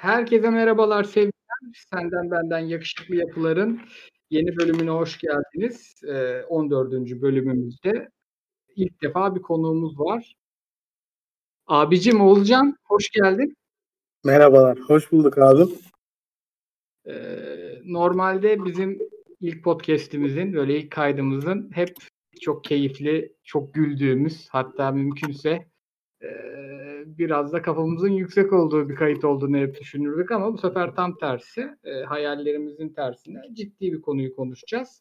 Herkese merhabalar sevgiler. Senden Benden Yakışıklı Yapılar'ın yeni bölümüne hoş geldiniz. 14. bölümümüzde ilk defa bir konuğumuz var. Abicim Oğulcan, hoş geldin. Merhabalar, hoş bulduk abi. Normalde bizim ilk podcast'imizin, böyle ilk kaydımızın hep çok keyifli, çok güldüğümüz, hatta mümkünse biraz da kafamızın yüksek olduğu bir kayıt olduğunu hep düşünürdük ama bu sefer tam tersi. Hayallerimizin tersine ciddi bir konuyu konuşacağız.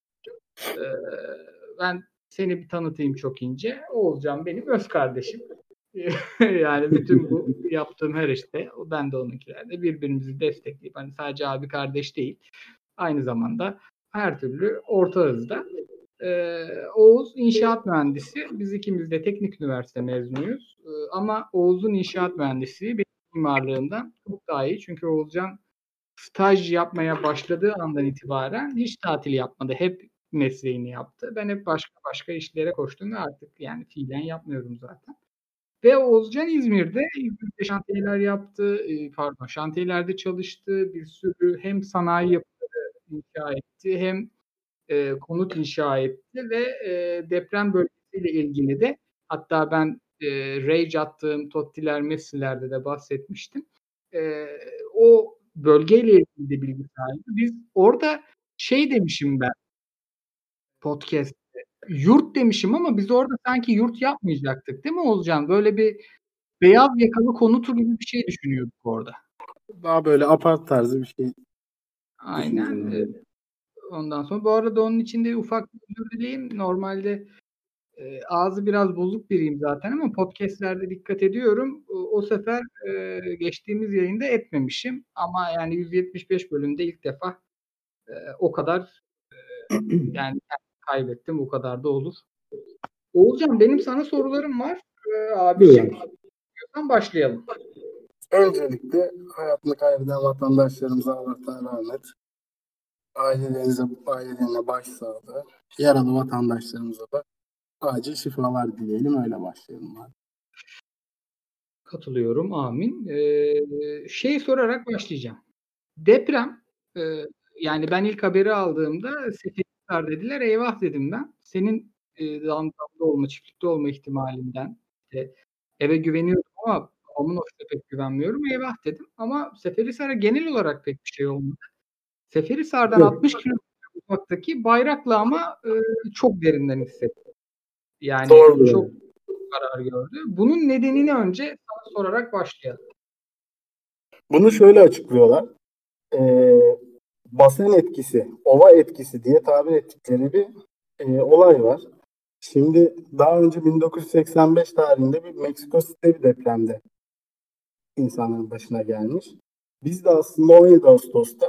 Ben seni bir tanıtayım çok ince. Oğulcan benim öz kardeşim. Yani bütün bu yaptığım her işte, ben de onunkilerde birbirimizi destekleyip, hani sadece abi kardeş değil, aynı zamanda her türlü orta hızda. Oğuz inşaat mühendisi. Biz ikimiz de teknik üniversite mezunuyuz. Ama Oğuz'un inşaat mühendisliği benim mimarlığımdan çok daha iyi. Çünkü Oğuzcan staj yapmaya başladığı andan itibaren hiç tatil yapmadı. Hep mesleğini yaptı. Ben hep başka işlere koştum ve artık yani fiilen yapmıyorum zaten. Ve Oğuzcan İzmir'de şantiyeler yaptı. Şantiyelerde çalıştı. Bir sürü hem sanayi yapıları inşa etti, hem konut inşa etti ve deprem bölgesiyle ilgili de, hatta ben rage attığım Tottiler Messi'lerde de bahsetmiştim. O bölgeyle ilgili de bilgi sahibi. Biz orada demişim ben podcast'te, yurt demişim ama biz orada sanki yurt yapmayacaktık, değil mi Oğuzcan? Böyle bir beyaz yakalı konutu gibi bir şey düşünüyorduk orada. Daha böyle apart tarzı bir şey Aynen. düşündüm. Ondan sonra bu arada onun için de ufak bir özür dileyim. Normalde ağzı biraz bozuk biriyim zaten ama podcast'lerde dikkat ediyorum. O sefer geçtiğimiz yayında etmemişim. Ama yani 175 bölümde ilk defa o kadar yani kaybettim. O kadar da olur. Oğulcan, benim sana sorularım var. Abicim, Buyurun. diyorsan başlayalım. Öncelikle hayatını kaybeden vatandaşlarımıza Allah'tan rahmet. Ailelerine başsağlığı. Yaralı vatandaşlarımıza da acil şifalar dileyelim. Öyle başlayalım abi. Katılıyorum. Amin. Sorarak başlayacağım. Deprem, yani ben ilk haberi aldığımda Seferihisar dediler. Eyvah dedim ben. Senin Zanzibar'da olma, çiftlikte olma ihtimalinden eve güveniyordum ama babamın ofise pek güvenmiyorum. Eyvah dedim. Ama Seferihisar'a genel olarak pek bir şey olmadı. Seferihisar'dan Yok. 60 kilometre uzaktaki Bayraklı ama çok derinden hissettim. Yani Doğru. çok zarar gördü. Bunun nedenini önce sana sorarak başlayalım. Bunu şöyle açıklıyorlar. Basen etkisi, ova etkisi diye tabir ettikleri bir olay var. Şimdi daha önce 1985 tarihinde bir Meksiko City bir depremde insanların başına gelmiş. Biz de aslında 17 Ağustos'ta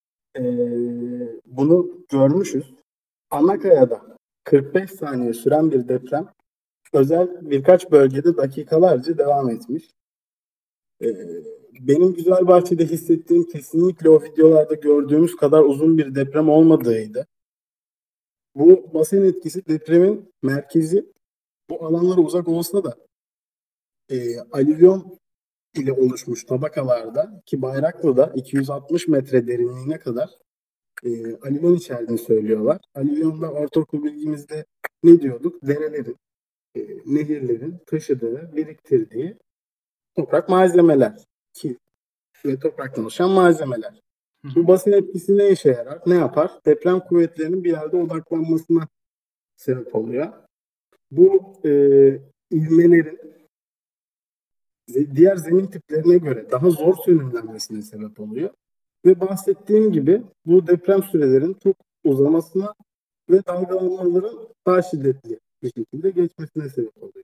bunu görmüşüz. Anakaya'da 45 saniye süren bir deprem özel birkaç bölgede dakikalarca devam etmiş. Benim Güzelbahçe'de hissettiğim kesinlikle o videolarda gördüğümüz kadar uzun bir deprem olmadığıydı. Bu basen etkisi depremin merkezi bu alanlara uzak olsa da alüvyon ile oluşmuş tabakalarda ki Bayraklı'da 260 metre derinliğine kadar alüvyon içerdiğini söylüyorlar. Alüvyonda ortaokul bilgimizde ne diyorduk? Derelerin, nehirlerin taşıdığı, biriktirdiği toprak malzemeler ki ve topraktan oluşan malzemeler. Bu basın etkisi ne işe yarar? Ne yapar? Deprem kuvvetlerinin bir yerde odaklanmasına sebep oluyor. Bu ivmelerin diğer zemin tiplerine göre daha zor sönümlenmesine sebep oluyor. Ve bahsettiğim gibi bu deprem sürelerinin çok uzamasına ve dalgalanmaların daha şiddetli bir şekilde geçmesine sebep oluyor.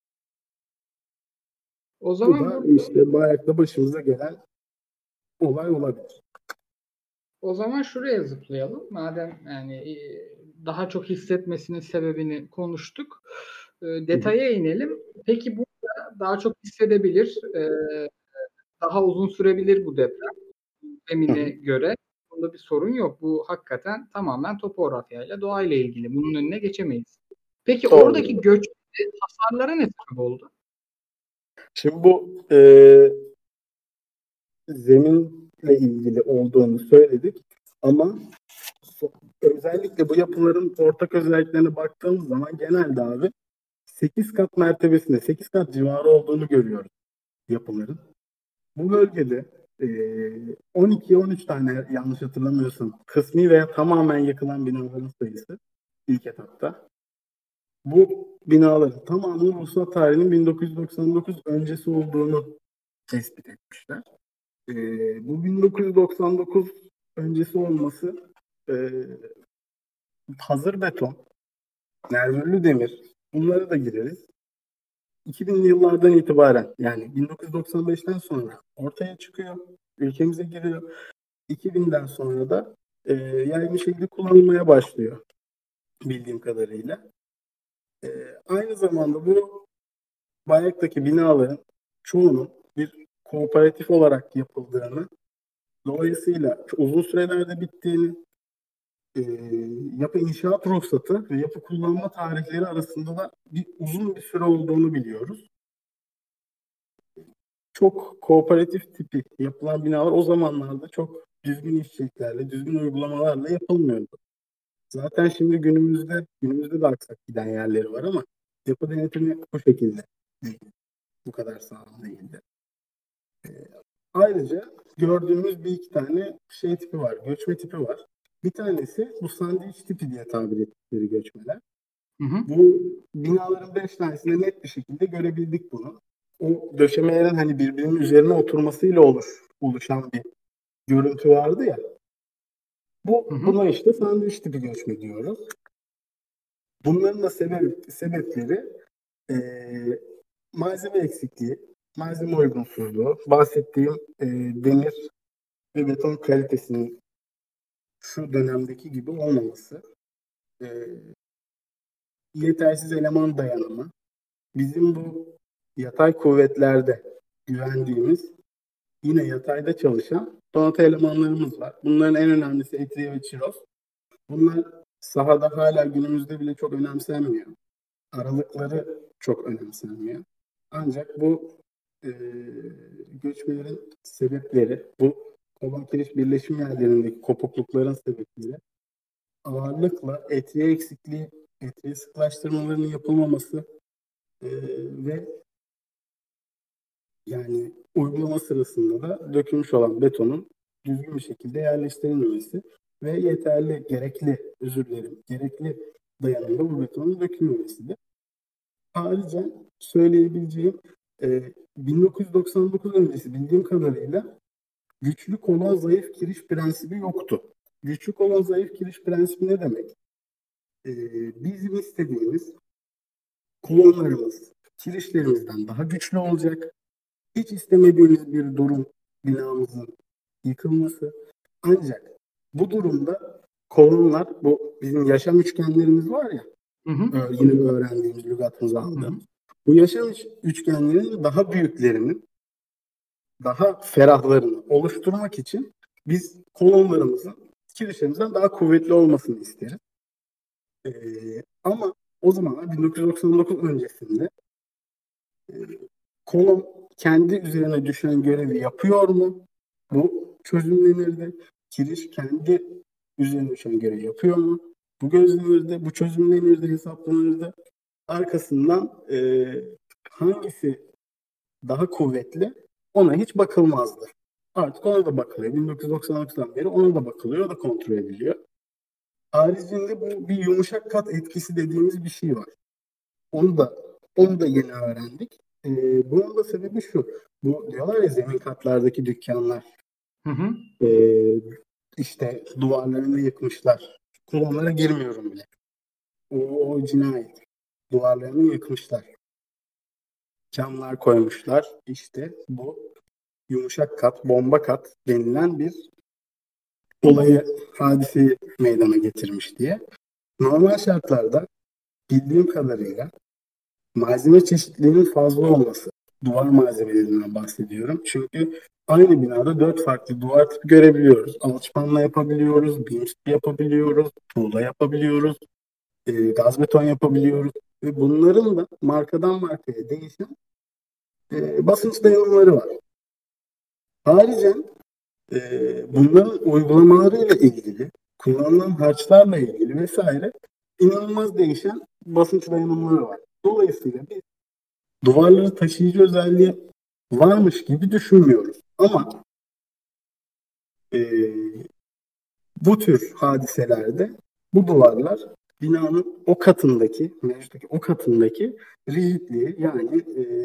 O Bu zaman da işte Bayrak'ta başımıza gelen olay olabilir. O zaman şuraya zıplayalım. Madem yani daha çok hissetmesinin sebebini konuştuk. Detaya inelim. Peki bu daha çok hissedebilir, daha uzun sürebilir bu deprem zemine göre. Bunda bir sorun yok. Bu hakikaten tamamen topografyayla, doğayla ilgili. Bunun önüne geçemeyiz. Peki oradaki göç hasarlara ne sebep oldu? Şimdi bu zeminle ilgili olduğunu söyledik. Ama özellikle bu yapıların ortak özelliklerine baktığımız zaman genelde abi 8 kat mertebesinde, 8 kat civarı olduğunu görüyoruz yapıların. Bu bölgede 12-13 tane, yanlış hatırlamıyorsam, kısmi veya tamamen yıkılan binaların sayısı ilk etapta. Bu binaların tamamının ruhsat tarihinin 1999 öncesi olduğunu tespit etmişler. Bu 1999 öncesi olması hazır beton, nervürlü demir, bunlara da gireriz. 2000'li yıllardan itibaren, yani 1995'ten sonra ortaya çıkıyor, ülkemize giriyor. 2000'den sonra da yaygın şekilde kullanılmaya başlıyor bildiğim kadarıyla. Aynı zamanda bu Bayrak'taki binaların çoğunun bir kooperatif olarak yapıldığını, dolayısıyla uzun sürelerde bittiğini, yapı inşaat ruhsatı ve yapı kullanma tarihleri arasında da uzun bir süre olduğunu biliyoruz. Çok kooperatif tipi yapılan binalar o zamanlarda çok düzgün işçiliklerle, düzgün uygulamalarla yapılmıyordu. Zaten şimdi günümüzde de aksak giden yerleri var ama yapı denetimi bu şekilde değil. Bu kadar sağlam değildi. Ayrıca gördüğümüz bir iki tane şey tipi var, göçme tipi var. Bir tanesi bu sandviç tipi diye tabir ettikleri göçmeler. Hı hı. Bu binaların 5 tanesinde net bir şekilde görebildik bunu. O döşemelerin hani birbirinin üzerine oturmasıyla oluşan bir görüntü vardı ya. Buna işte sandviç tipi göçme diyoruz. Bunların da sebepleri malzeme eksikliği, malzeme uygunsuzluğu, bahsettiğim demir ve beton kalitesinin şu dönemdeki gibi olmaması, yetersiz eleman dayanımı, bizim bu yatay kuvvetlerde güvendiğimiz, yine yatayda çalışan donatı elemanlarımız var. Bunların en önemlisi Etriye ve Çiroz. Bunlar sahada hala günümüzde bile çok önemsenmiyor. Aralıkları çok önemsenmiyor. Ancak bu göçmelerin sebepleri, bu kolon kiriş birleşim yerlerindeki kopuklukların sebepleri ağırlıkla etriye eksikliği, etriye sıklaştırmalarının yapılmaması ve yani uygulama sırasında da dökülmüş olan betonun düzgün bir şekilde yerleştirilmemesi ve gerekli dayanımda bu betonun dökülmemesidir. Ayrıca söyleyebileceğim 1999 öncesi bildiğim kadarıyla güçlü kolon zayıf kiriş prensibi yoktu. Güçlü kolon zayıf kiriş prensibi ne demek? Bizim istediğimiz kolonlarımız kirişlerimizden daha güçlü olacak. Hiç istemediğimiz bir durum binamızın yıkılması. Ancak bu durumda kolonlar, bu bizim yaşam üçgenlerimiz var ya, yine öğrendiğimiz, lügatımıza aldığımız. Bu yaşam üçgenlerinin daha büyüklerinin, daha ferahlarını oluşturmak için biz kolonlarımızın kirişlerimizden daha kuvvetli olmasını isteriz. Ama o zamanlar 1999 öncesinde kolon kendi üzerine düşen görevi yapıyor mu? Bu çözümlenirdi. Kiriş kendi üzerine düşen görevi yapıyor mu? Bu gözlenirdi, bu çözümlenirdi, hesaplanırdı. Arkasından hangisi daha kuvvetli, ona hiç bakılmazdı. Artık ona da bakılıyor. 1996'dan beri ona da bakılıyor, o da kontrol ediliyor. Haricinde bu bir yumuşak kat etkisi dediğimiz bir şey var. Onu da yeni öğrendik. Bunun da sebebi şu. Bu diyorlar ya, zemin katlardaki dükkanlar işte duvarlarını yıkmışlar. Kolonlara girmiyorum bile. O cinayet. Duvarlarını yıkmışlar. Camlar koymuşlar. İşte bu yumuşak kat, bomba kat denilen bir hadiseyi meydana getirmiş diye. Normal şartlarda bildiğim kadarıyla malzeme çeşitliliğinin fazla olması, duvar malzemelerinden bahsediyorum. Çünkü aynı binada 4 farklı duvar tipi görebiliyoruz. Alçıpanla yapabiliyoruz, beams yapabiliyoruz, tuğla yapabiliyoruz, gaz beton yapabiliyoruz. Ve bunların da markadan markaya değişen basınç dayanımları var. Haricen bunların uygulamalarıyla ilgili, kullanılan harçlarla ilgili vesaire inanılmaz değişen basınç dayanımları var. Dolayısıyla biz duvarları taşıyıcı özelliği varmış gibi düşünmüyoruz. Ama bu tür hadiselerde bu duvarlar binanın o katındaki, mevcuttaki o katındaki rigidliği yani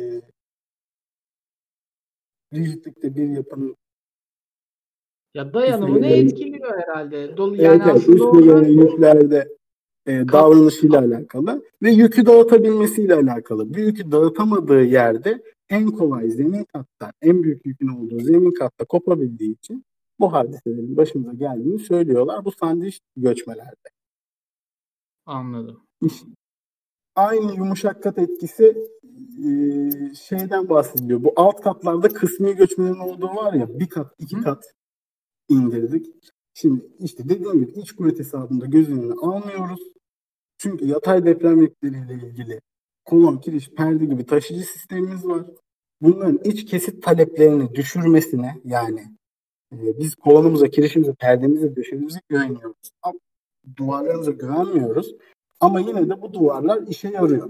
rigidlikte bir yapının Ya üstüne dayanımını gelen, etkiliyor herhalde. evet, Yani evet, aslında üstüne orada gelen yüklerde kat davranışıyla alakalı ve yükü dağıtabilmesiyle alakalı. Bu yükü dağıtamadığı yerde en kolay zemin katta, en büyük yükün olduğu zemin katta kopabildiği için bu hadiselerin başımıza geldiğini söylüyorlar bu sandviç göçmelerde. anladım. İşte aynı yumuşak kat etkisi şeyden bahsediliyor. Bu alt katlarda kısmi göçmelerin olduğu var ya, bir kat, iki Hı? kat indirdik. Şimdi işte dediğim gibi iç kuvvet hesabında göz önüne almıyoruz. Çünkü yatay deprem yükleriyle ilgili kolon, kiriş, perde gibi taşıyıcı sistemimiz var. Bunların iç kesit taleplerini düşürmesine yani biz kolonumuza, kirişimize, perdemize, döşemize güveniyoruz. Ama duvarlarımıza güvenmiyoruz. Ama yine de bu duvarlar işe yarıyor.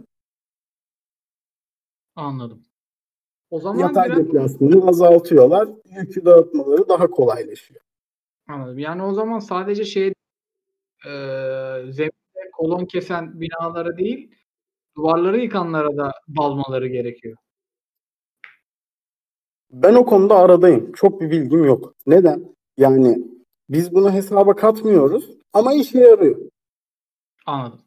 Anladım. O zaman Yatay biraz deflasyonu azaltıyorlar. Yükü dağıtmaları daha kolaylaşıyor. anladım. Yani o zaman sadece zeminde kolon kesen binalara değil, duvarları yıkanlara da dalmaları gerekiyor. Ben o konuda aradayım. Çok bir bilgim yok. Neden? Yani biz bunu hesaba katmıyoruz ama işe yarıyor. Anladım.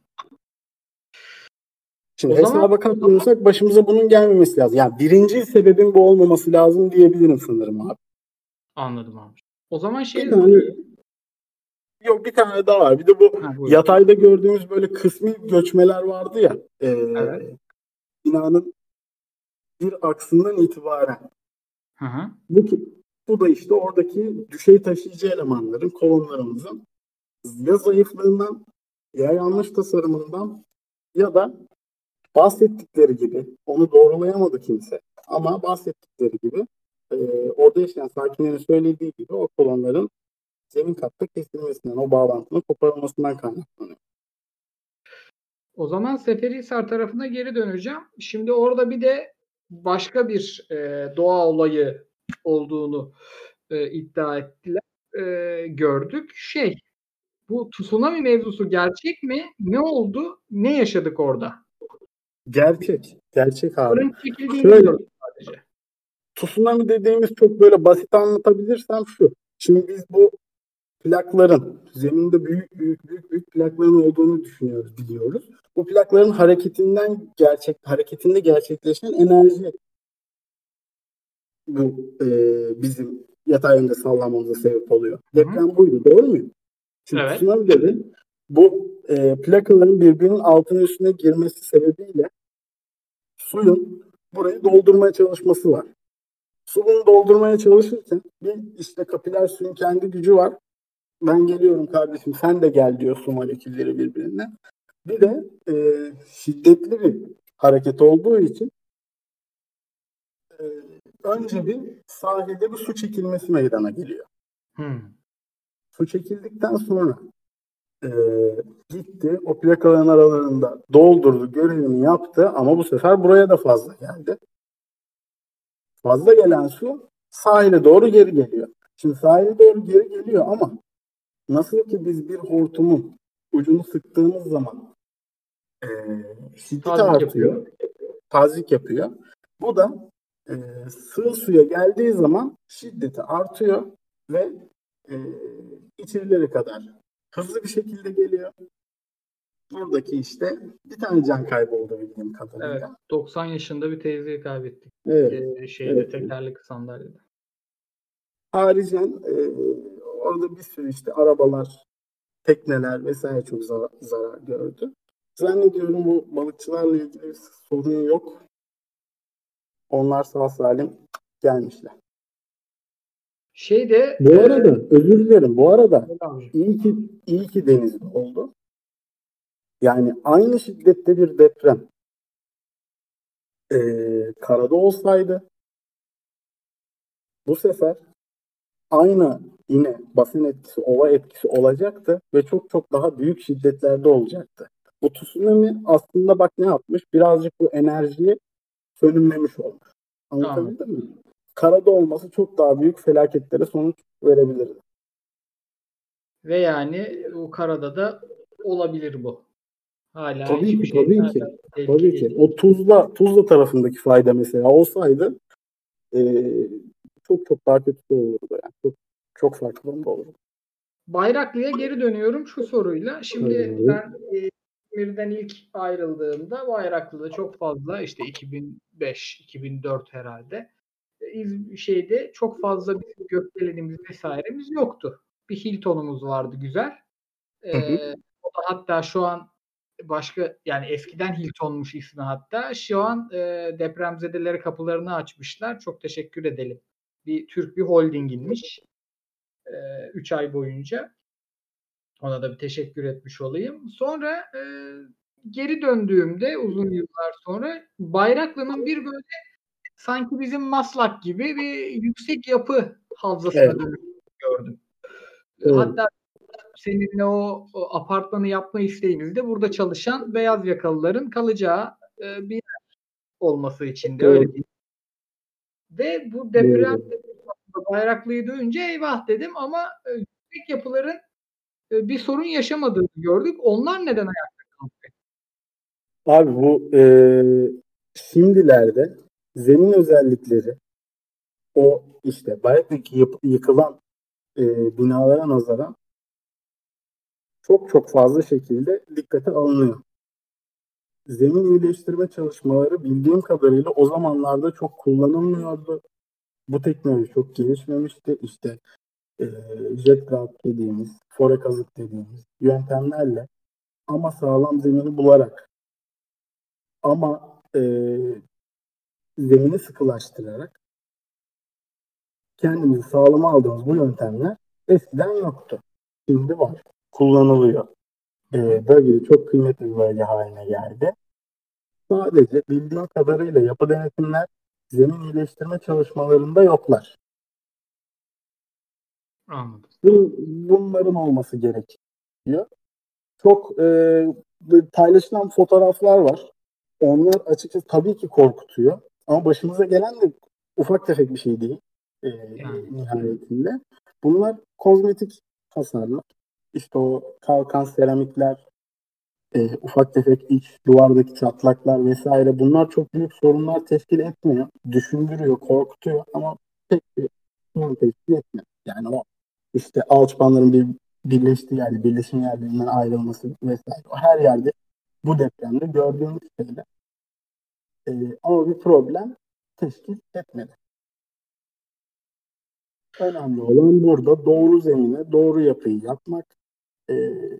Şimdi O zaman hesaba katmıyorsak başımıza bunun gelmemesi lazım. Yani birinci sebebin bu olmaması lazım diyebilirim sanırım abi. anladım abi. O zaman Bir şeyi tane sorayım. yok, bir tane daha var. Bir de bu Ha, buyurun. yatayda gördüğümüz böyle kısmi göçmeler vardı ya. Evet. Binanın bir aksından itibaren. Hı hı. Bu, bu da işte oradaki düşey taşıyıcı elemanların, kolonlarımızın ya zayıflığından ya yanlış tasarımından ya da bahsettikleri gibi onu doğrulayamadı kimse ama bahsettikleri gibi e, orada yaşayan sakinlerin söylediği gibi o kolonların zemin katta kesilmesinden, o bağlantının koparılmasından kaynaklanıyor. O zaman Seferihisar tarafına geri döneceğim. Şimdi orada bir de başka bir doğa olayı olduğunu iddia ettiler. Gördük. Bu tsunami mevzusu gerçek mi? Ne oldu? Ne yaşadık orada? Gerçek. Gerçek abi. Fırın çekildiğini Şöyle, biliyoruz sadece. tsunami dediğimiz çok böyle basit anlatabilirsem şu. Şimdi biz bu plakların zeminde büyük plakların olduğunu düşünüyoruz, biliyoruz. Bu plakların hareketinde gerçekleşen enerji bu bizim yatay yönde sallanmamıza sebep oluyor. Hı hı. Deprem buydu, doğru mu? Şimdi Evet. tsunami de bu plakaların birbirinin altına üstüne girmesi sebebiyle suyun burayı doldurmaya çalışması var. Su bunu doldurmaya çalışırken bir işte kapiler suyun kendi gücü var. Ben geliyorum kardeşim sen de gel diyor su molekülleri birbirine. Bir de şiddetli bir hareket olduğu için e, önce bir sahilde bir su çekilmesi meydana geliyor. Hı. Su çekildikten sonra e, gitti o plakaların aralarında doldurdu, görevini yaptı ama bu sefer buraya da fazla geldi. Fazla gelen su sahile doğru geri geliyor. Şimdi sahile doğru geri geliyor ama nasıl ki biz bir hortumun ucunu sıktığımız zaman e, şiddeti Tazik yapıyor. artıyor, tazik yapıyor. Bu da e, sığ suya geldiği zaman şiddeti artıyor ve e, içerilere kadar hızlı bir şekilde geliyor. Buradaki işte bir tane can kaybı oldu bildiğim Evet. kadarıyla. 90 yaşında bir teyzeyi kaybettik. Evet, evet. Tekerlekli sandalyede. Haricen orada bir sürü işte arabalar, tekneler vesaire çok zarar gördü. Zannediyorum bu balıkçılarla ilgili bir sorun yok. Onlar sağ salim gelmişler. Şeyde Bu arada özür dilerim. Bu arada Avcı. iyi ki denizde oldu. Yani aynı şiddette bir deprem karada olsaydı bu sefer aynı yine basınç etkisi, ova etkisi olacaktı ve çok çok daha büyük şiddetlerde olacaktı. Bu tsunami aslında bak ne yapmış? Birazcık bu enerjiyi sönümlemiş olmuş. Anladım. Anlatabildim mi? Karada olması çok daha büyük felaketlere sonuç verebilirdi. Ve yani o karada da olabilir bu. Hala Tabii hiçbir ki, şey tabii ki. hala Tabii ki. tehlikeli. O Tuzla tarafındaki fayda mesela olsaydı çok çok daha kötü de olurdu yani. Çok çok farklı da olurdu. Bayraklı'ya geri dönüyorum şu soruyla. Tabii Şimdi abi. ben İzmir'den ilk ayrıldığımda Bayraklı'da çok fazla işte 2005, 2004 herhalde şeyde çok fazla bizim gökdelenimiz vesairemiz yoktu. Bir Hilton'umuz vardı güzel. Hı hı. O da hatta şu an başka yani eskiden Hilton'muş ismi hatta. Şu an depremzedelere kapılarını açmışlar. Çok teşekkür edelim. Türk bir holdinginmiş. 3 ay boyunca. Ona da bir teşekkür etmiş olayım. Sonra geri döndüğümde uzun yıllar sonra Bayraklı'nın bir böyle sanki bizim Maslak gibi bir yüksek yapı havzasına Evet. dönüştüğünü gördüm. Doğru. Hatta seninle o apartmanı yapma isteğimizde burada çalışan beyaz yakalıların kalacağı bir yer olması için de öyle. Doğru. Ve bu deprem Doğru. Bayraklı'yı duyunca eyvah dedim ama yüksek yapıların bir sorun yaşamadığını gördük. Onlar neden ayakta kaldı? Abi bu şimdilerde zemin özellikleri o işte Bayrak'taki yıkılan binalara nazaran çok çok fazla şekilde dikkate alınıyor. Zemin iyileştirme çalışmaları bildiğim kadarıyla o zamanlarda çok kullanılmıyordu. Bu teknoloji çok gelişmemişti. İşte e, jet grout dediğimiz, fore kazık dediğimiz yöntemlerle ama sağlam zemini bularak ama zemini sıkılaştırarak kendimizi sağlama aldığımız bu yöntemler eskiden yoktu. Şimdi var. Kullanılıyor. Bölge çok kıymetli bir bölge haline geldi. Sadece bildiğim kadarıyla yapı denetimler zemin iyileştirme çalışmalarında yoklar. Anladım. Bunların olması gerekiyor. Çok paylaşılan fotoğraflar var. Onlar açıkçası tabii ki korkutuyor. Ama başımıza gelen de ufak tefek bir şey değil Yani nihayetinde. Bunlar kozmetik hasarlar. İşte o kalkan seramikler, ufak tefek iç duvardaki çatlaklar vesaire bunlar çok büyük sorunlar teşkil etmiyor. Düşündürüyor, korkutuyor ama pek bir sorun teşkil etmiyor. Yani o işte alçıpanların birleştiği yerde, birleşim yerlerinden ayrılması vesaire. O her yerde bu depremde gördüğümüz şeyler. Ama bir problem teşkil etmedi. Önemli olan burada doğru zemine, doğru yapıyı yapmak. E,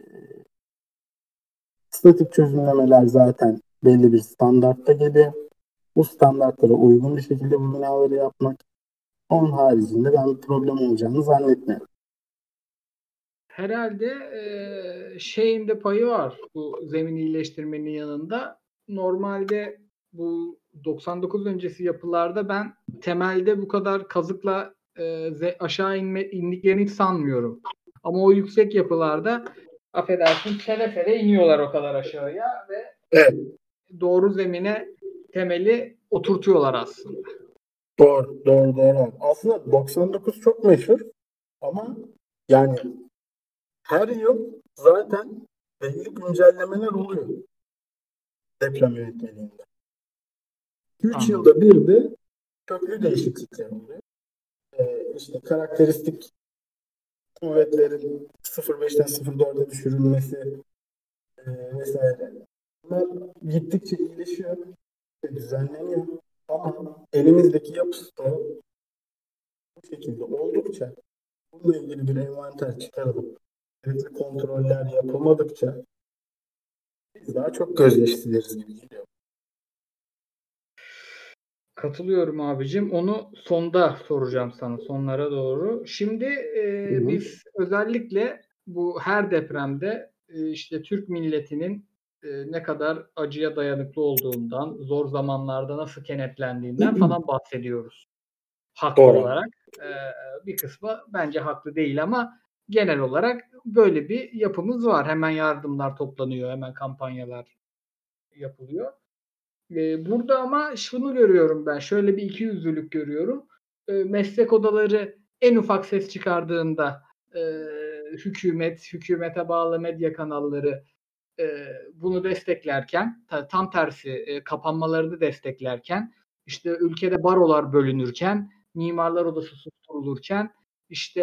Statik çözümlemeler zaten belli bir standartta geliyor. Bu standartlara uygun bir şekilde bu binaları yapmak. Onun haricinde ben bir problem olacağını zannetmiyorum. herhalde şeyin de payı var bu zemin iyileştirmenin yanında. Normalde bu 99 öncesi yapılarda ben temelde bu kadar kazıkla aşağı indiklerini hiç sanmıyorum. Ama o yüksek yapılarda affedersin fele fele iniyorlar o kadar aşağıya ve Evet, doğru zemine temeli oturtuyorlar aslında. doğru, doğru, doğru. Aslında 99 çok meşhur ama yani her yıl zaten belli güncellemeler oluyor deprem yönetmeliğinde. 3 Anladım. yılda bir de köklü değişiklikler oluyor. İşte karakteristik kuvvetlerin 0,5'ten 0,4'e düşürülmesi vesaire. Bunlar gittikçe iyileşiyor, düzenleniyor. Ama elimizdeki yapı stoğu bu şekilde oldukça bununla ilgili bir envanter çıkarılıp gerekli kontroller yapılmadıkça biz daha çok gözyaşı sileriz gibi geliyor. Katılıyorum abicim. Onu sonda soracağım sana, sonlara doğru. Şimdi Hı hı. biz özellikle bu her depremde işte Türk milletinin ne kadar acıya dayanıklı olduğundan, zor zamanlarda nasıl kenetlendiğinden falan bahsediyoruz. haklı Doğru. olarak. Bir kısmı bence haklı değil ama genel olarak böyle bir yapımız var. Hemen yardımlar toplanıyor, hemen kampanyalar yapılıyor. Burada ama şunu görüyorum ben, şöyle bir ikiyüzlülük görüyorum. Meslek odaları en ufak ses çıkardığında hükümete bağlı medya kanalları bunu desteklerken, tam tersi kapanmalarını desteklerken, işte ülkede barolar bölünürken, mimarlar odası susturulurken, işte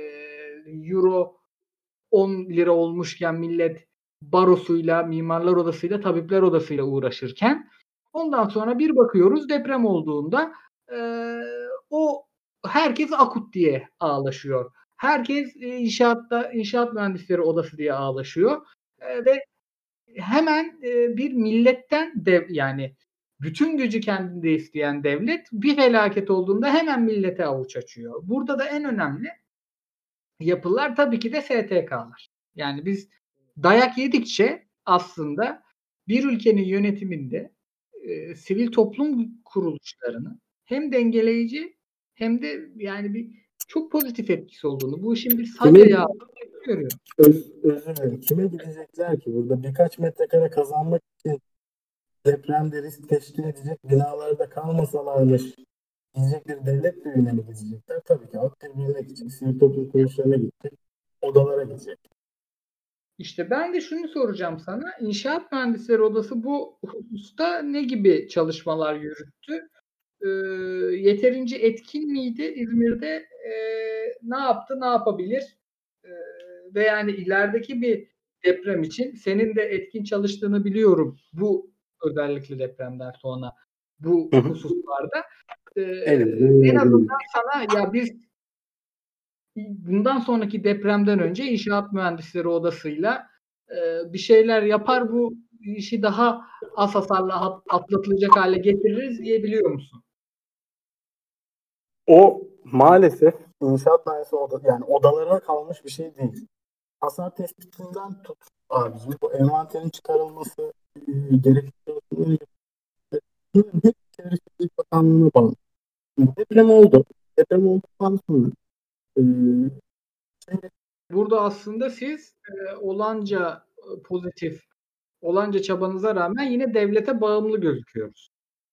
euro 10 lira olmuşken millet barosuyla, mimarlar odasıyla, tabipler odasıyla uğraşırken ondan sonra bir bakıyoruz deprem olduğunda eee, o herkes akut diye ağlaşıyor. Herkes inşaat mühendisleri odası diye ağlaşıyor. Ve hemen bir milletten yani bütün gücü kendinde isteyen devlet bir felaket olduğunda hemen millete avuç açıyor. Burada da en önemli yapılar tabii ki de STK'lar. Yani biz dayak yedikçe aslında bir ülkenin yönetiminde sivil toplum kuruluşlarının hem dengeleyici hem de yani bir çok pozitif etkisi olduğunu, bu işin bir salya Kime, yağı görüyorum. özür dilerim. Kime gidecekler ki? Burada birkaç metrekare kazanmak için depremde risk teşkil edecek binalarda kalmasalarmış diyecek bir devlet büyüğüne mi gidecekler? Tabii ki halk birbirine gidecek. Sivil toplum kuruluşlarına gidecek. Odalara gidecek. İşte ben de şunu soracağım sana. İnşaat Mühendisleri Odası bu hususta ne gibi çalışmalar yürüttü? Eee, Yeterince etkin miydi İzmir'de? Ne yaptı, ne yapabilir? Eee, Ve yani ilerideki bir deprem için senin de etkin çalıştığını biliyorum. Bu özellikle depremden sonra bu Hı hı. hususlarda. Elimizden En geldiğince. azından sana ya biz bundan sonraki depremden önce İnşaat Mühendisleri Odası'yla bir şeyler yapar bu işi daha az hasarla atlatılacak hale getiririz diyebiliyor musun? O maalesef inşaat mühendisi yani odalara kalmış bir şey değil. Hasar tespitinden tut abicim. Bu envanterin çıkarılması gerekli çalışmaları hep Çevre Şehircilik Bakanlığı'na bağlı. Deprem oldu. Deprem olduktan sonra e, çevre- Burada aslında siz olanca pozitif, olanca çabanıza rağmen yine devlete bağımlı gözüküyoruz.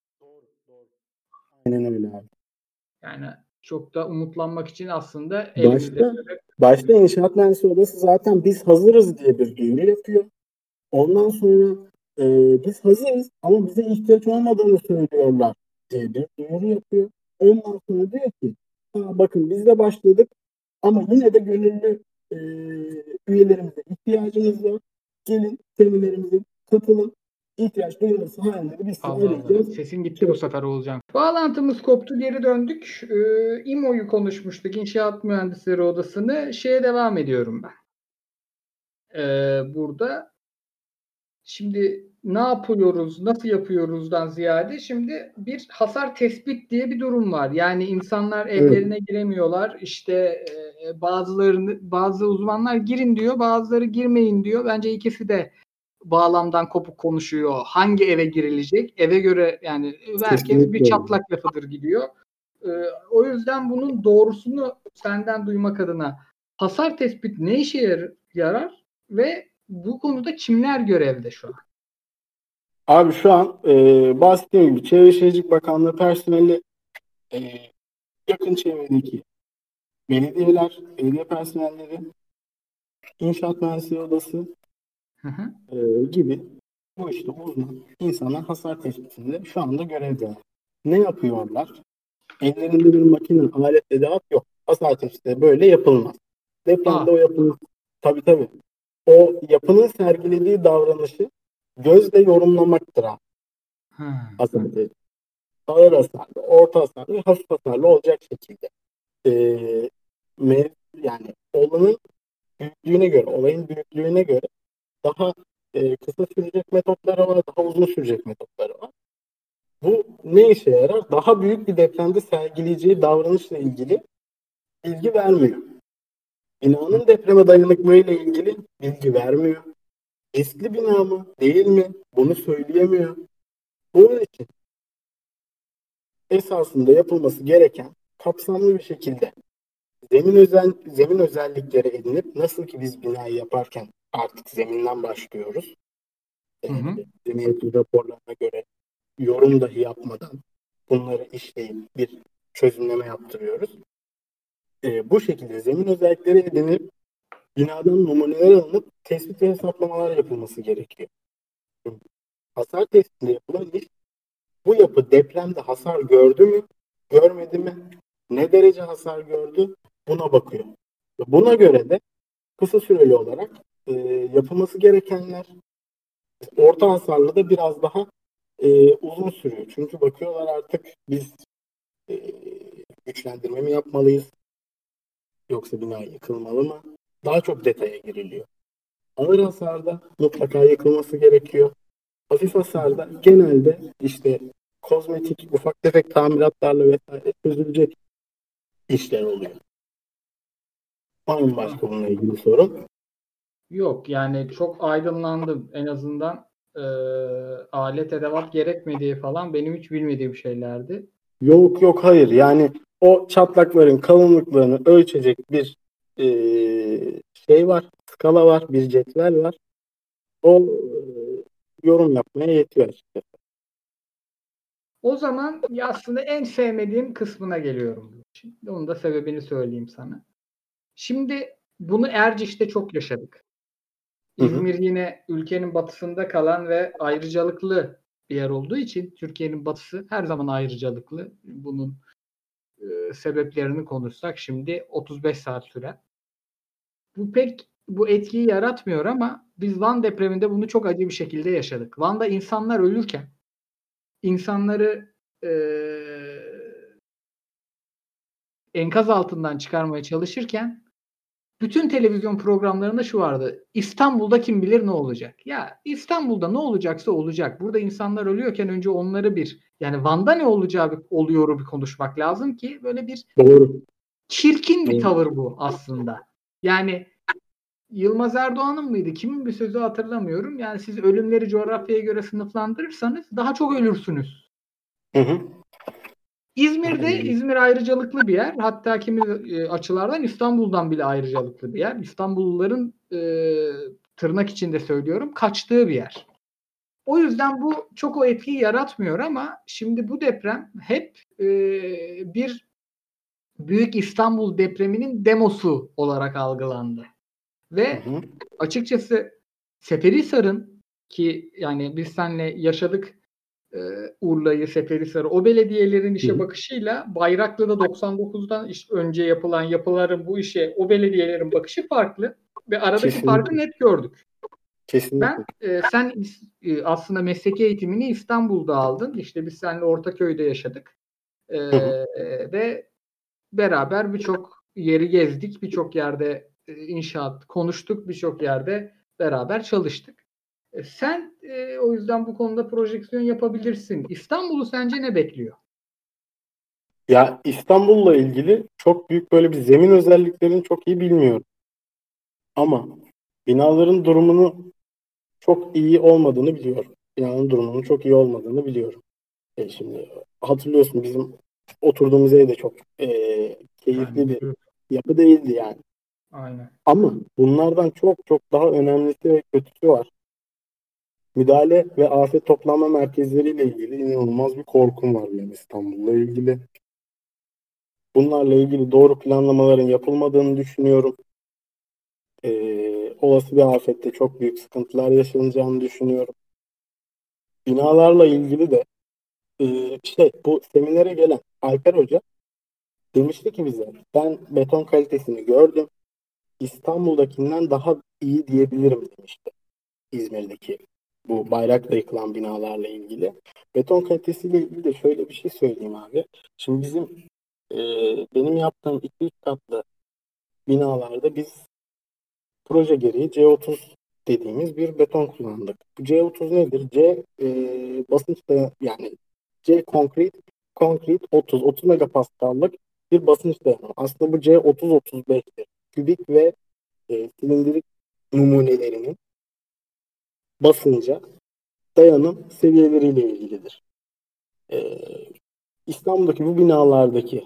aynen öyle abi. Yani çok da umutlanmak için aslında elimizde Başta başta inşaat mühendisi odası zaten biz hazırız diye bir duyuru yapıyor. Ondan sonra e, biz hazırız ama bize ihtiyaç olmadığını söylüyorlar diye bir duyuru yapıyor. Ondan sonra diyor ki ha, bakın biz de başladık ama yine de gönüllü e, üyelerimize ihtiyacımız var. Gelin seminerimize katılın. İhtiyaç duyulması halinde biz sizi Allah Allah. arayacağız. Sesin gitti bu sefer Oğulcan. Bağlantımız koptu, geri döndük. İMO'yu konuşmuştuk, İnşaat Mühendisleri Odası'nı. Şeye devam ediyorum ben. Burada şimdi ne yapıyoruz, nasıl yapıyoruzdan ziyade şimdi bir hasar tespit diye bir durum var. Yani insanlar Evet. evlerine giremiyorlar. İşte bazı uzmanlar girin diyor, bazıları girmeyin diyor. Bence ikisi de bağlamdan kopuk konuşuyor. Hangi eve girilecek? Eve göre yani herkes bir Kesinlikle öyle. çatlak lafıdır gidiyor. O yüzden bunun doğrusunu senden duymak adına hasar tespit ne işe yarar ve bu konuda kimler görevde şu an? Abi şu an bahsettiğim gibi Çevre Şehircilik Bakanlığı personeli e, yakın çevredeki belediyeler, belediye personelleri, inşaat mühendisliği odası Hı hı. gibi bu işte uzman insanlar hasar tespitinde şu anda görevde. Ne yapıyorlar? Ellerinde bir makine, alet, edevat yok. Hasar tespiti böyle yapılmaz. Aa. Depremde o yapının tabii o yapının sergilediği davranışı gözle yorumlamaktır abi. Hı. Hasar tespiti. Ağır hasarlı, orta hasarlı ve hafif hasarlı olacak şekilde. Ee, Yani olanın büyüklüğüne göre, olayın büyüklüğüne göre daha kısa sürecek metotları var, daha uzun sürecek metotları var. Bu ne işe yarar? Daha büyük bir depremde sergileyeceği davranışla ilgili bilgi vermiyor. Binanın depreme dayanıklılığıyla ilgili bilgi vermiyor. Riskli bina mı, değil mi? Bunu söyleyemiyor. Bunun için esasında yapılması gereken kapsamlı bir şekilde zemin özellikleri edinip, nasıl ki biz binayı yaparken artık zeminden başlıyoruz. Hı hı. Zemin etüt raporlarına göre yorum dahi yapmadan bunları işleyip bir çözümleme yaptırıyoruz. Bu şekilde zemin özellikleri edinip binadan numuneler alınıp tespit ve hesaplamalar yapılması gerekiyor. Hasar tespitinde yapılan iş, bu yapı depremde hasar gördü mü, görmedi mi, ne derece hasar gördü, buna bakıyor. Buna göre de kısa süreli olarak yapılması gerekenler, orta hasarlı da biraz daha uzun sürüyor. Çünkü bakıyorlar artık biz e, güçlendirme mi yapmalıyız, yoksa bina yıkılmalı mı? Daha çok detaya giriliyor. Ağır hasarda mutlaka yıkılması gerekiyor. Hafif hasarda genelde işte kozmetik, ufak tefek tamiratlarla vesaire çözülecek işler oluyor. Var mı Ah, başka bununla ilgili sorun? yok yani çok aydınlandım. En azından alet edevat gerekmediği falan benim hiç bilmediğim şeylerdi. Yok yok, hayır. Yani o çatlakların kalınlıklarını ölçecek bir şey var, skala var, bir cetvel var. O yorum yapmaya yetiyor açıkçası. O zaman ya aslında en sevmediğim kısmına geliyorum. Şimdi onun da sebebini söyleyeyim sana. Şimdi bunu Erciş'te çok yaşadık. Hı hı. İzmir yine ülkenin batısında kalan ve ayrıcalıklı bir yer olduğu için Türkiye'nin batısı her zaman ayrıcalıklı. Bunun sebeplerini konuşsak şimdi 35 saat sürer. Bu pek bu etkiyi yaratmıyor ama biz Van depreminde bunu çok acı bir şekilde yaşadık. Van'da insanlar ölürken, insanları enkaz altından çıkarmaya çalışırken bütün televizyon programlarında şu vardı. İstanbul'da kim bilir ne olacak? Ya İstanbul'da ne olacaksa olacak. Burada insanlar ölüyorken önce onları yani Van'da ne olacağı oluyor bir konuşmak lazım ki böyle bir Doğru. çirkin bir Doğru. tavır bu aslında. Yani Yılmaz Erdoğan'ın mıydı? Kimin bir sözü hatırlamıyorum. Yani siz ölümleri coğrafyaya göre sınıflandırırsanız daha çok ölürsünüz. Hı hı. Aynen. İzmir ayrıcalıklı bir yer. Hatta kimi açılardan İstanbul'dan bile ayrıcalıklı bir yer. İstanbulluların tırnak içinde söylüyorum kaçtığı bir yer. O yüzden bu çok o etkiyi yaratmıyor ama şimdi bu deprem hep bir Büyük İstanbul depreminin demosu olarak algılandı. Hı Ve hı. açıkçası Seferihisar'ın ki yani biz seninle yaşadık Urla'yı, Seferihisar'ı. O belediyelerin Hı işe hı. bakışıyla Bayraklı'da 99'dan önce yapılan yapıların bu işe o belediyelerin bakışı farklı ve aradaki farkı Kesinlikle. net gördük. Kesinlikle. Sen aslında mesleki eğitimini İstanbul'da aldın. İşte biz seninle Ortaköy'de yaşadık. Hı hı. Ve beraber birçok yeri gezdik. Birçok yerde inşaat konuştuk. Birçok yerde beraber çalıştık. Sen o yüzden bu konuda projeksiyon yapabilirsin. İstanbul'u sence ne bekliyor? Ya İstanbul'la ilgili çok büyük böyle bir zemin özelliklerini çok iyi bilmiyorum. Ama binaların durumunu çok iyi olmadığını biliyorum. Binanın durumunun çok iyi olmadığını biliyorum. Şimdi hatırlıyorsun, bizim oturduğumuz ev de çok keyifli Bence bir de. yapı değildi yani. Aynen. Ama bunlardan çok çok daha önemlisi ve kötüsü var. Müdahale ve afet toplanma merkezleriyle ilgili inanılmaz bir korkum var benim İstanbul'la ilgili. Bunlarla ilgili doğru planlamaların yapılmadığını düşünüyorum. Olası bir afette çok büyük sıkıntılar yaşanacağını düşünüyorum. Binalarla ilgili de bu seminere gelen Alper Hoca demişti ki bize, ben beton kalitesini gördüm. İstanbul'dakinden daha iyi diyebilirim demişti. İzmir'deki bu bayrakla yıkılan binalarla ilgili. Beton kalitesiyle ilgili de şöyle bir şey söyleyeyim abi. Şimdi e, benim yaptığım 2-3 katlı binalarda biz proje gereği C30 dediğimiz bir beton kullandık. Bu C30 nedir? Basınç da yani konkrit 30 megapaskallık bir basınç dayanımı. Aslında bu C30-35'tir. Kübik ve silindirik numunelerinin basınca dayanım seviyeleriyle ilgilidir. E, İstanbul'daki bu binalardaki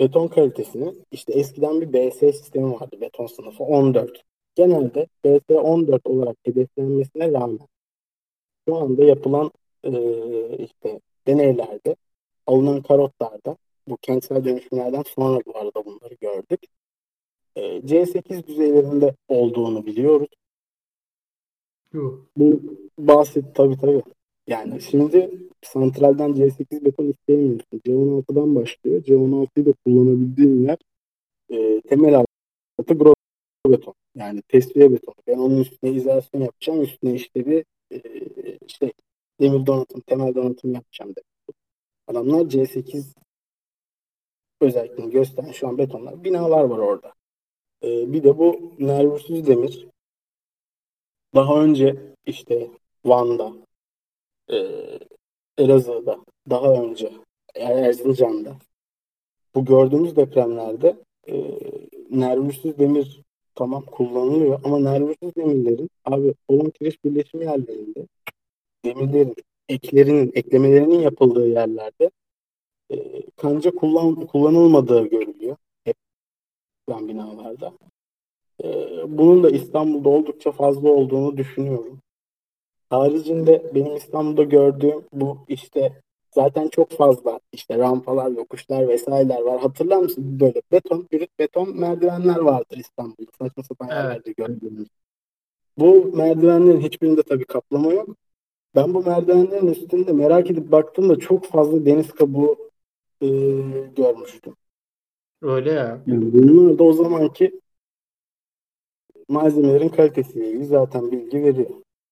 beton kalitesini işte eskiden bir BS sistemi vardı, beton sınıfı 14. Genelde BS 14 olarak hedeflenmesine rağmen şu anda yapılan işte deneylerde, alınan karotlarda, bu kentsel dönüşümlerden sonra bu arada bunları gördük. C8 düzeylerinde olduğunu biliyoruz. Yuh. Bu basit, tabii. Yani şimdi santralden C8 beton isteyemiyorsun. C16'dan başlıyor. C16'yı da kullanabildiğin yer temel altı beton. Yani tesviye beton. Ben onun üstüne izolasyon yapacağım. Üstüne işte bir işte demir donatım, temel donatım yapacağım dedi. Adamlar C8 özelliğini gösteren şu an betonlar, binalar var orada. Bir de bu nervüsüz demir. Daha önce işte Van'da, e, Elazığ'da, daha önce Erzincan'da bu gördüğümüz depremlerde nervüsüz demir tamam kullanılıyor ama nervüsüz demirlerin abi olum kireç birleşimi yerlerinde demirlerin eklemelerinin yapıldığı yerlerde kanca kullanılmadığı görülüyor. Hep binalarda. Bunun da İstanbul'da oldukça fazla olduğunu düşünüyorum. Haricinde benim İstanbul'da gördüğüm bu işte zaten çok fazla işte rampalar, yokuşlar vesaireler var. Hatırlar mısın? Böyle beton, brüt beton merdivenler vardır İstanbul'da. Saçma sapan Evet. yerlerde gördüğümüz. Bu merdivenlerin hiçbirinde tabii kaplama yok. Ben bu merdivenlerin üstünde merak edip baktığımda çok fazla deniz kabuğu e, görmüştüm. Öyle ya. Yani bunlar da o zamanki malzemelerin kalitesiyle ilgili zaten bilgi veriyor.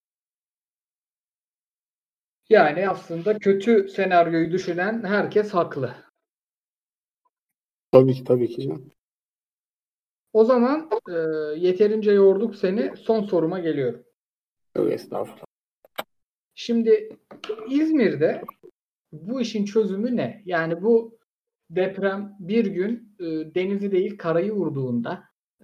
Yani aslında kötü senaryoyu düşünen herkes haklı. Tabii ki canım. O zaman yeterince yorduk seni. Son soruma geliyorum. Yok estağfurullah. Şimdi İzmir'de bu işin çözümü ne? Yani bu deprem bir gün denizi değil karayı vurduğunda e,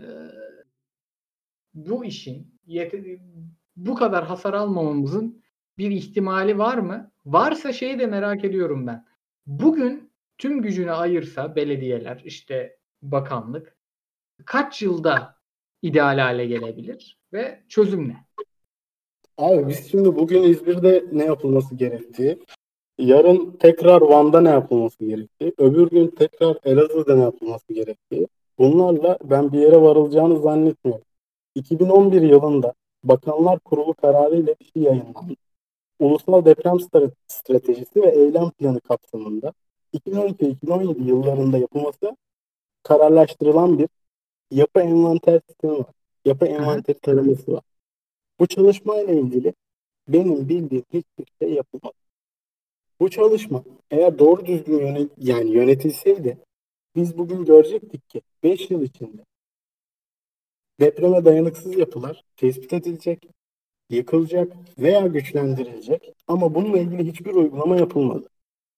bu işin bu kadar hasar almamamızın bir ihtimali var mı? Varsa şeyi de merak ediyorum ben. Bugün tüm gücünü ayırsa belediyeler, işte bakanlık kaç yılda ideal hale gelebilir ve çözüm ne? Abi biz şimdi bugün İzmir'de ne yapılması gerektiği, yarın tekrar Van'da ne yapılması gerektiği, öbür gün tekrar Elazığ'da ne yapılması gerektiği, bunlarla ben bir yere varılacağını zannetmiyorum. 2011 yılında Bakanlar Kurulu kararı ile bir şey yayınlandı. Ulusal Deprem Stratejisi ve Eylem Planı kapsamında 2012-2017 yıllarında yapılması kararlaştırılan bir yapı envanter sistemi var. Yapı Hı hı. envanteri taraması var. Bu çalışmayla ilgili benim bildiğim hiçbir şey yapılmadı. Bu çalışma eğer doğru düzgün yönetilseydi biz bugün görecektik ki 5 yıl içinde depreme dayanıksız yapılar tespit edilecek, yıkılacak veya güçlendirilecek ama bununla ilgili hiçbir uygulama yapılmadı.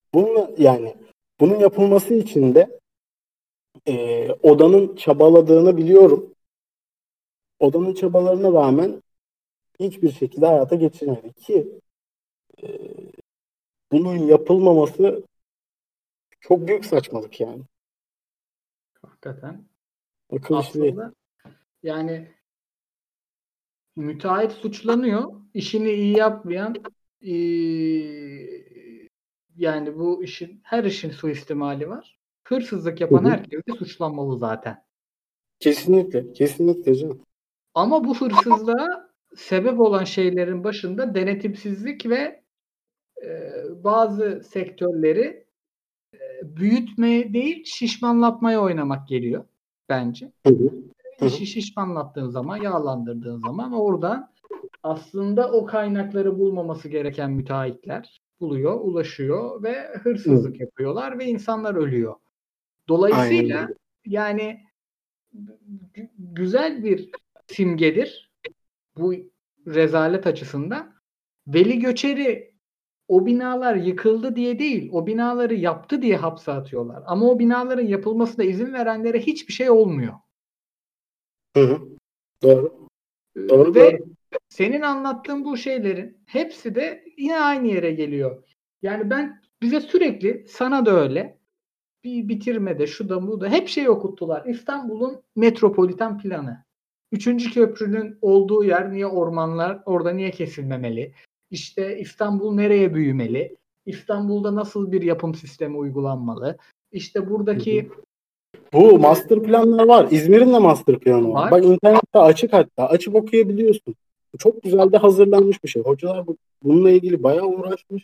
Bunun yapılması için de odanın çabaladığını biliyorum. Odanın çabalarına rağmen hiçbir şekilde hayata geçirmedi ki e, bunun yapılmaması çok büyük saçmalık yani. Hakikaten. Akıl işi değil. Aslında yani müteahhit suçlanıyor. İşini iyi yapmayan yani bu işin her işin suistimali var. Hırsızlık Hı yapan hı. herkes de suçlanmalı zaten. Kesinlikle canım. Ama bu hırsızlığa sebep olan şeylerin başında denetimsizlik ve bazı sektörleri büyütmeye değil şişmanlatmaya oynamak geliyor bence. Hı hı. Hı hı. İşi şişmanlattığın zaman, yağlandırdığın zaman oradan aslında o kaynakları bulmaması gereken müteahhitler buluyor, ulaşıyor ve Evet. hırsızlık yapıyorlar ve insanlar ölüyor. Aynen Dolayısıyla öyle. yani güzel bir simgedir bu rezalet açısından. Veli Göçer'i o binalar yıkıldı diye değil, o binaları yaptı diye hapse atıyorlar. Ama o binaların yapılmasına izin verenlere hiçbir şey olmuyor. Hı hı. Doğru. Doğru Ve doğru. senin anlattığın bu şeylerin hepsi de yine aynı yere geliyor. Yani bize sürekli sana da öyle bir bitirmede şu da bu da hep şey okuttular. İstanbul'un metropolitan planı. Üçüncü köprünün olduğu yer niye ormanlar? Orada niye kesilmemeli? İşte İstanbul nereye büyümeli? İstanbul'da nasıl bir yapım sistemi uygulanmalı? İşte buradaki Bu master planlar var. İzmir'in de master planı var. var. Bak internette açık hatta. Açıp okuyabiliyorsun. Çok güzel de hazırlanmış bir şey. Hocalar bununla ilgili bayağı uğraşmış.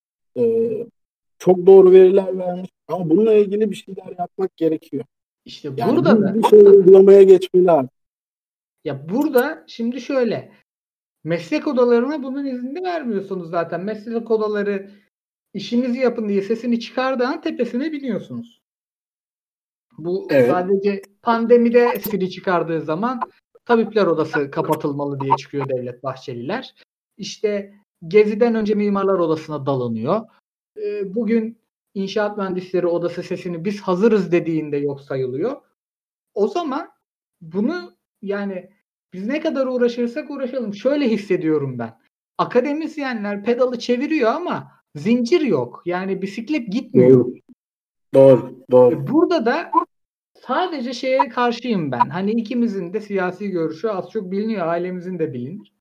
Çok doğru veriler vermiş. Ama bununla ilgili bir şeyler yapmak gerekiyor. İşte Yani burada da bir şey uygulamaya geçmeli abi. ya burada şimdi şöyle meslek odalarına bunun iznini vermiyorsunuz zaten. Meslek odaları işinizi yapın diye sesini çıkardığı an tepesine biniyorsunuz. Bu Evet. sadece pandemide sesini çıkardığı zaman tabipler odası kapatılmalı diye çıkıyor Devlet Bahçeliler. İşte Gezi'den önce mimarlar odasına dalanıyor. Bugün inşaat mühendisleri odası sesini biz hazırız dediğinde yok sayılıyor. O zaman bunu yani biz ne kadar uğraşırsak uğraşalım. Şöyle hissediyorum ben. Akademisyenler pedalı çeviriyor ama zincir yok. Yani bisiklet gitmiyor. Doğru. Burada da sadece şeye karşıyım ben. Hani ikimizin de siyasi görüşü az çok biliniyor. Ailemizin de bilinir.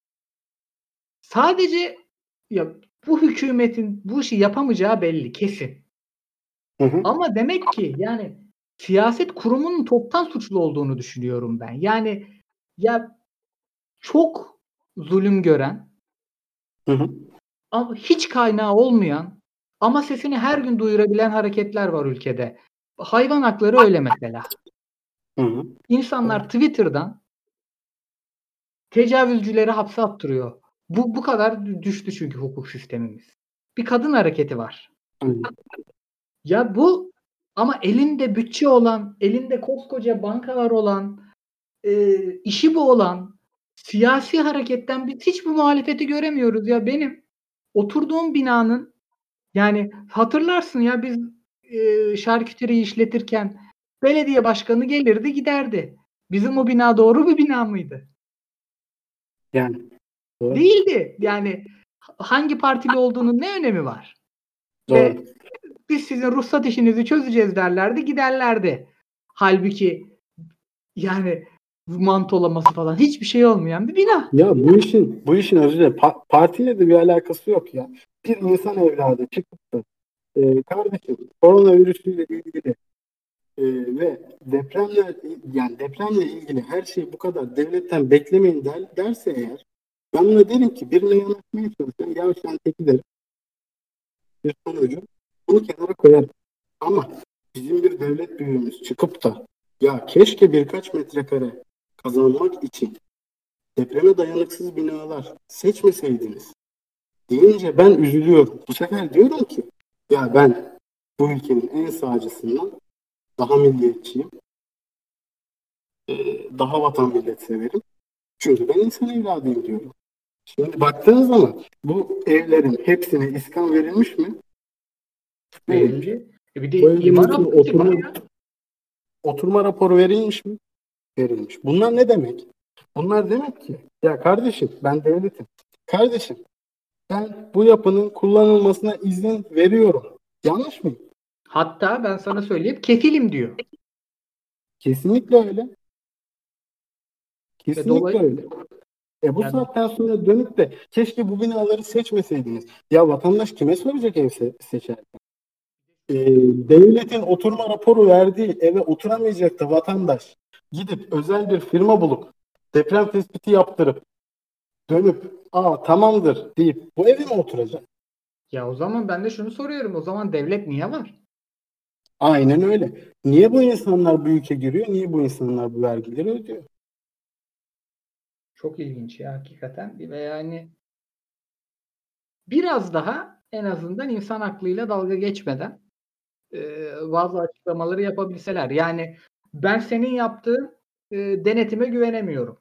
Sadece ya bu hükümetin bu işi yapamayacağı belli kesin. Hı. Ama demek ki yani siyaset kurumunun toptan suçlu olduğunu düşünüyorum ben. Yani ya çok zulüm gören Hı. ama hiç kaynağı olmayan ama sesini her gün duyurabilen hareketler var ülkede. Hayvan hakları öyle mesela. Hı. İnsanlar Twitter'dan tecavüzcüleri hapse attırıyor. Bu kadar düştü çünkü hukuk sistemimiz. Bir kadın hareketi var. Hı. Ya bu ama elinde bütçe olan, elinde koskoca bankalar olan, işi bu olan siyasi hareketten biz hiç bu muhalefeti göremiyoruz. Ya benim oturduğum binanın yani hatırlarsın ya biz şarküteriyi işletirken belediye başkanı gelirdi giderdi. Bizim o bina doğru bir bina mıydı? Yani doğru. Değildi. Yani hangi partili olduğunun ne önemi var? Doğru. Biz sizin ruhsat işinizi çözeceğiz derlerdi, giderlerdi. Halbuki yani mantolaması falan hiçbir şey olmayan bir bina. Ya bu işin özü de partiyle de bir alakası yok ya. Bir insan evladı çıkıp da kardeşim koronavirüsüyle ilgili ve depremle ilgili her şeyi bu kadar devletten beklemeyin derse eğer ben buna derim ki birine yanaşmaya çalışan yavşan teki derim. Bir sonucu bunu kenara koyarım. Ama bizim bir devlet büyüğümüz çıkıp da ya keşke birkaç metrekare kazanmak için depreme dayanıksız binalar seçmeseydiniz deyince ben üzülüyorum. Bu sefer diyorum ki ya ben bu ülkenin en sağcısından daha milliyetçiyim. Daha vatan millet severim. Çünkü ben insan evladıyım diyorum. Şimdi baktığınız zaman bu evlerin hepsine iskan verilmiş mi? Verilmiş. Verildi. Bir de Bu evlerin imar hepsine hakkı var ya. oturma raporu verilmiş mi? Verilmiş. Bunlar ne demek? Bunlar demek ki ya kardeşim ben devletim. Kardeşim ben bu yapının kullanılmasına izin veriyorum. Yanlış mı? Hatta ben sana söyleyeyim kefilim diyor. Kesinlikle öyle. Ve Kesinlikle öyle. Bu yani saatten sonra dönüp de keşke bu binaları seçmeseydiniz. Ya vatandaş kime soracak ev seçerken? Devletin oturma raporu verdiği eve oturamayacak da vatandaş gidip özel bir firma bulup deprem tespiti yaptırıp dönüp tamamdır deyip bu eve mi oturacak? ya o zaman ben de şunu soruyorum. O zaman devlet niye var? Aynen öyle. Niye bu insanlar bu ülke giriyor? Niye bu insanlar bu vergileri ödüyor? Çok ilginç ya hakikaten. Ve yani biraz daha en azından insan aklıyla dalga geçmeden bazı açıklamaları yapabilseler. Yani ben senin yaptığın denetime güvenemiyorum.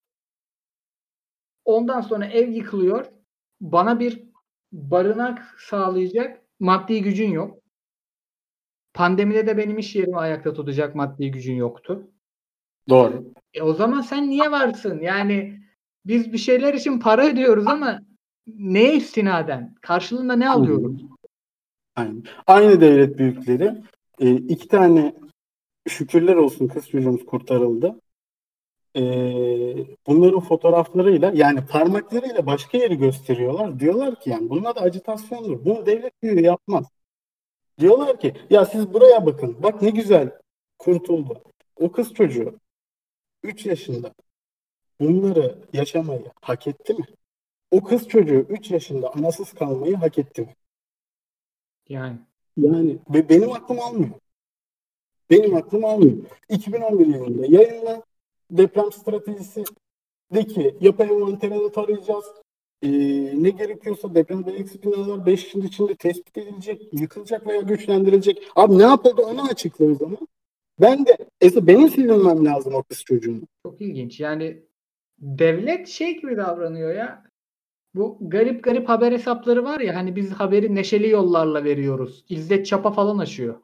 Ondan sonra ev yıkılıyor. Bana bir barınak sağlayacak maddi gücün yok. Pandemide de benim iş yerimi ayakta tutacak maddi gücün yoktu. Doğru. O zaman sen niye varsın? Yani biz bir şeyler için para ödüyoruz ama neye istinaden? Karşılığında ne Hı hı. alıyoruz? Aynen. Aynı devlet büyükleri 2 tane şükürler olsun kız çocuğumuz kurtarıldı. Bunların fotoğraflarıyla yani parmaklarıyla başka yeri gösteriyorlar. Diyorlar ki yani bunlar da acitasyondur. Bunu devlet büyüğü yapmaz. Diyorlar ki ya siz buraya bakın. Bak ne güzel kurtuldu. O kız çocuğu 3 yaşında bunları yaşamayı hak etti mi? O kız çocuğu 3 yaşında anasız kalmayı hak etti mi? Yani Yani benim aklım almıyor. Benim aklım almıyor. 2011 yılında yayınlanan deprem stratejisi de ki yapay envanterini tarayacağız. Ne gerekiyorsa deprem belirtisi binalar 5 yıl içinde tespit edilecek, yıkılacak veya güçlendirilecek. Abi ne yapıldı onu açıkla o zaman. Ben de benim sevinmem lazım o kız çocuğunu. çok ilginç. Yani devlet şey gibi davranıyor ya. Bu garip garip haber hesapları var ya, hani biz haberi neşeli yollarla veriyoruz. İzzet Çapa falan açıyor.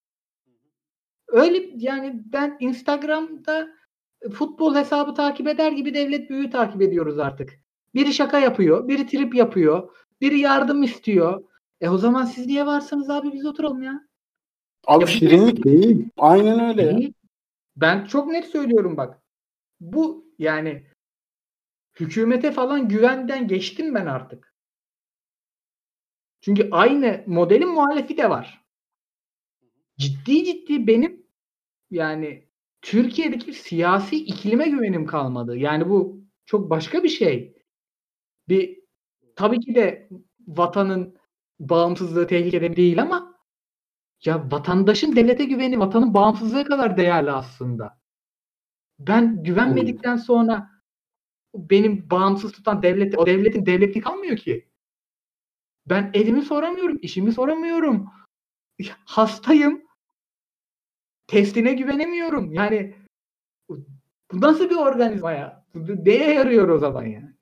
Öyle yani, ben Instagram'da futbol hesabı takip eder gibi devlet büyüğü takip ediyoruz artık. Biri şaka yapıyor, biri trip yapıyor, biri yardım istiyor. O zaman siz niye varsınız abi, biz oturalım ya. Abi Ya bu şirinlik değil. Aynen öyle ya. değil. Ben çok net söylüyorum bak. Bu yani hükümete falan güvenden geçtim ben artık. Çünkü aynı modelin muhalefi de var. Ciddi ciddi benim yani Türkiye'deki siyasi iklime güvenim kalmadı. Yani bu çok başka bir şey. Tabii ki de vatanın bağımsızlığı tehlikede değil ama ya vatandaşın devlete güveni vatanın bağımsızlığı kadar değerli aslında. Ben güvenmedikten sonra benim bağımsız tutan devlet, o devletin devletliği kalmıyor ki. Ben evimi soramıyorum, işimi soramıyorum. Hastayım, testine güvenemiyorum. Yani bu nasıl bir organizma ya? Bu neye yarıyor o zaman yani?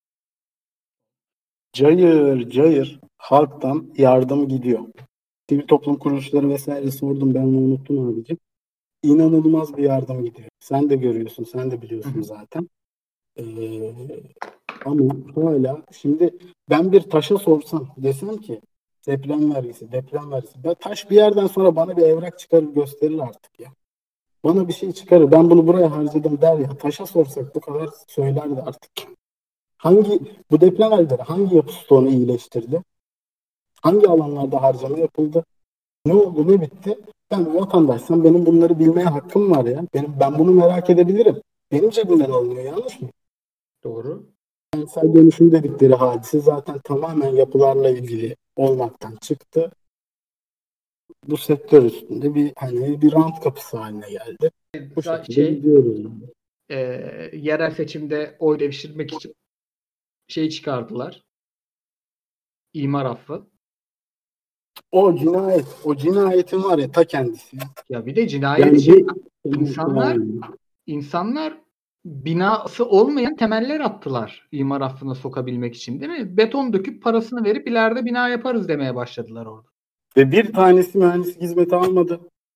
Cayır cayır halktan yardım gidiyor. Sivil toplum kuruluşları vesaire sordum, ben onu unuttum abicim. İnanılmaz bir yardım gidiyor. Sen de görüyorsun, sen de biliyorsun zaten. Ee, Ama hala şimdi ben bir taşa sorsam desem ki deprem vergisi, deprem vergisi. Ben taş bir yerden sonra bana bir evrak çıkarır gösterir artık ya. Bana bir şey çıkarır. Ben bunu buraya harcadım der ya. Taşa sorsak bu kadar söylerdi artık. Hangi bu deprem vergileri hangi yapı stoğunu iyileştirdi? Hangi alanlarda harcama yapıldı? Ne oldu, ne bitti? Ben vatandaşsam benim bunları bilmeye hakkım var ya. Ben bunu merak edebilirim. Benim cebimden alınıyor, yanlış mı? Doğru. Kentsel dönüşüm dedikleri hadise zaten tamamen yapılarla ilgili olmaktan çıktı. Bu sektör üstünde bir hani bir rant kapısı haline geldi. Bu şekilde gidiyoruz. Yerel seçimde oy devşirmek için şey çıkardılar. İmar affı. O cinayet, o cinayetin var ya ta kendisi. Ya bir de cinayet Yani şey, bu insanlar binası olmayan temeller attılar imar affına sokabilmek için, değil mi? Beton döküp parasını verip ileride bina yaparız demeye başladılar orada. ve bir tanesi mühendislik hizmeti almadı.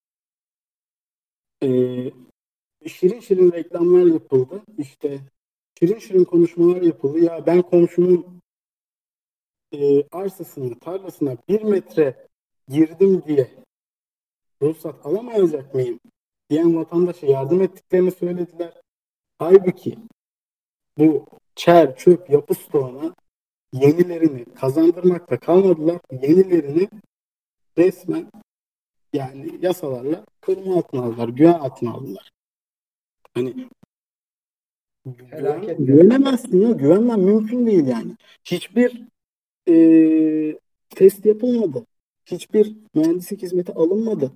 Ee, Şirin şirin reklamlar yapıldı. İşte şirin şirin konuşmalar yapıldı. Ya ben komşumun arsasına, tarlasına 1 metre girdim diye ruhsat alamayacak mıyım diyen vatandaşa yardım ettiklerini söylediler. Halbuki bu çer, çöp, yapı stoğuna yenilerini kazandırmakta kalmadılar. Yenilerini resmen yani yasalarla koruma altına aldılar, güven altına aldılar. Hani Felaket ya. güvenemezsin ya, güvenmem mümkün değil yani. Hiçbir test yapılmadı. Hiçbir mühendislik hizmeti alınmadı.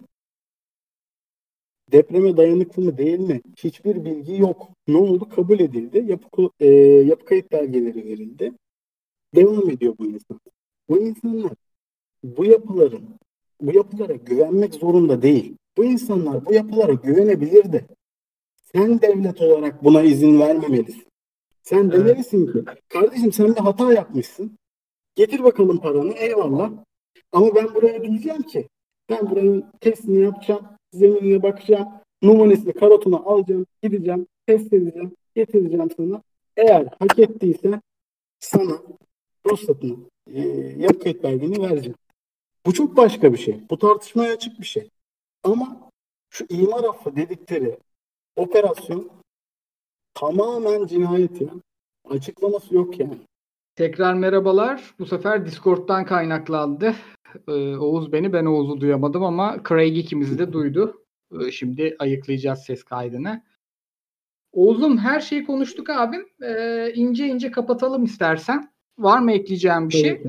Depreme dayanıklı mı değil mi? Hiçbir bilgi yok. Ne oldu? Kabul edildi. Yapı kayıt belgeleri verildi. Devam ediyor bu insan. Bu insanlar bu yapıların bu yapılara güvenmek zorunda değil. Bu insanlar bu yapılara güvenebilir de sen devlet olarak buna izin vermemelisin. Sen demelisin ki kardeşim sen bir hata yapmışsın. Getir bakalım paranı, eyvallah. Ama ben buraya diyeceğim ki ben buranın testini yapacağım, zeminine bakacağım, numunesini, karotunu alacağım, gideceğim, test edeceğim, getireceğim sana. Eğer hak ettiyse sana ruhsatını, yapı kayıt belgeni vereceğim. Bu çok başka bir şey. Bu tartışmaya açık bir şey. Ama şu imar affı dedikleri operasyon tamamen cinayet ya. Açıklaması yok yani. Tekrar merhabalar. Bu sefer Discord'dan kaynaklandı. Oğuz beni, ben Oğuz'u duyamadım ama Craig ikimizi de duydu. Şimdi ayıklayacağız ses kaydını. Oğuz'um, her şeyi konuştuk abim. İnce ince kapatalım istersen. Var mı ekleyeceğim bir şey?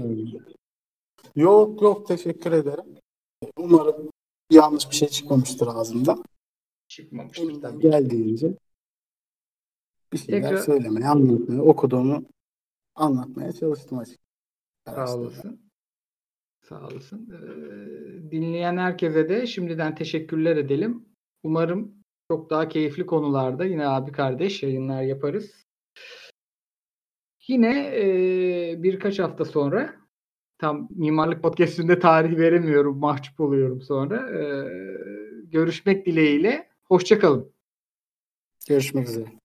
Yok teşekkür ederim. Umarım yanlış bir şey çıkmamıştır ağzımdan. Çıkmamıştır Elimden tabii. geldiğince bir şeyler Tekrar söylemeye, anlatmaya, okuduğumu anlatmaya çalıştım açıkçası. sağ olasın. Sağ olasın. Dinleyen herkese de şimdiden teşekkürler edelim. Umarım çok daha keyifli konularda yine abi kardeş yayınlar yaparız. Yine birkaç hafta sonra, tam Mimarlık Podcast'ünde tarih veremiyorum, mahcup oluyorum sonra. Görüşmek dileğiyle. Hoşça kalın. Görüşmek üzere.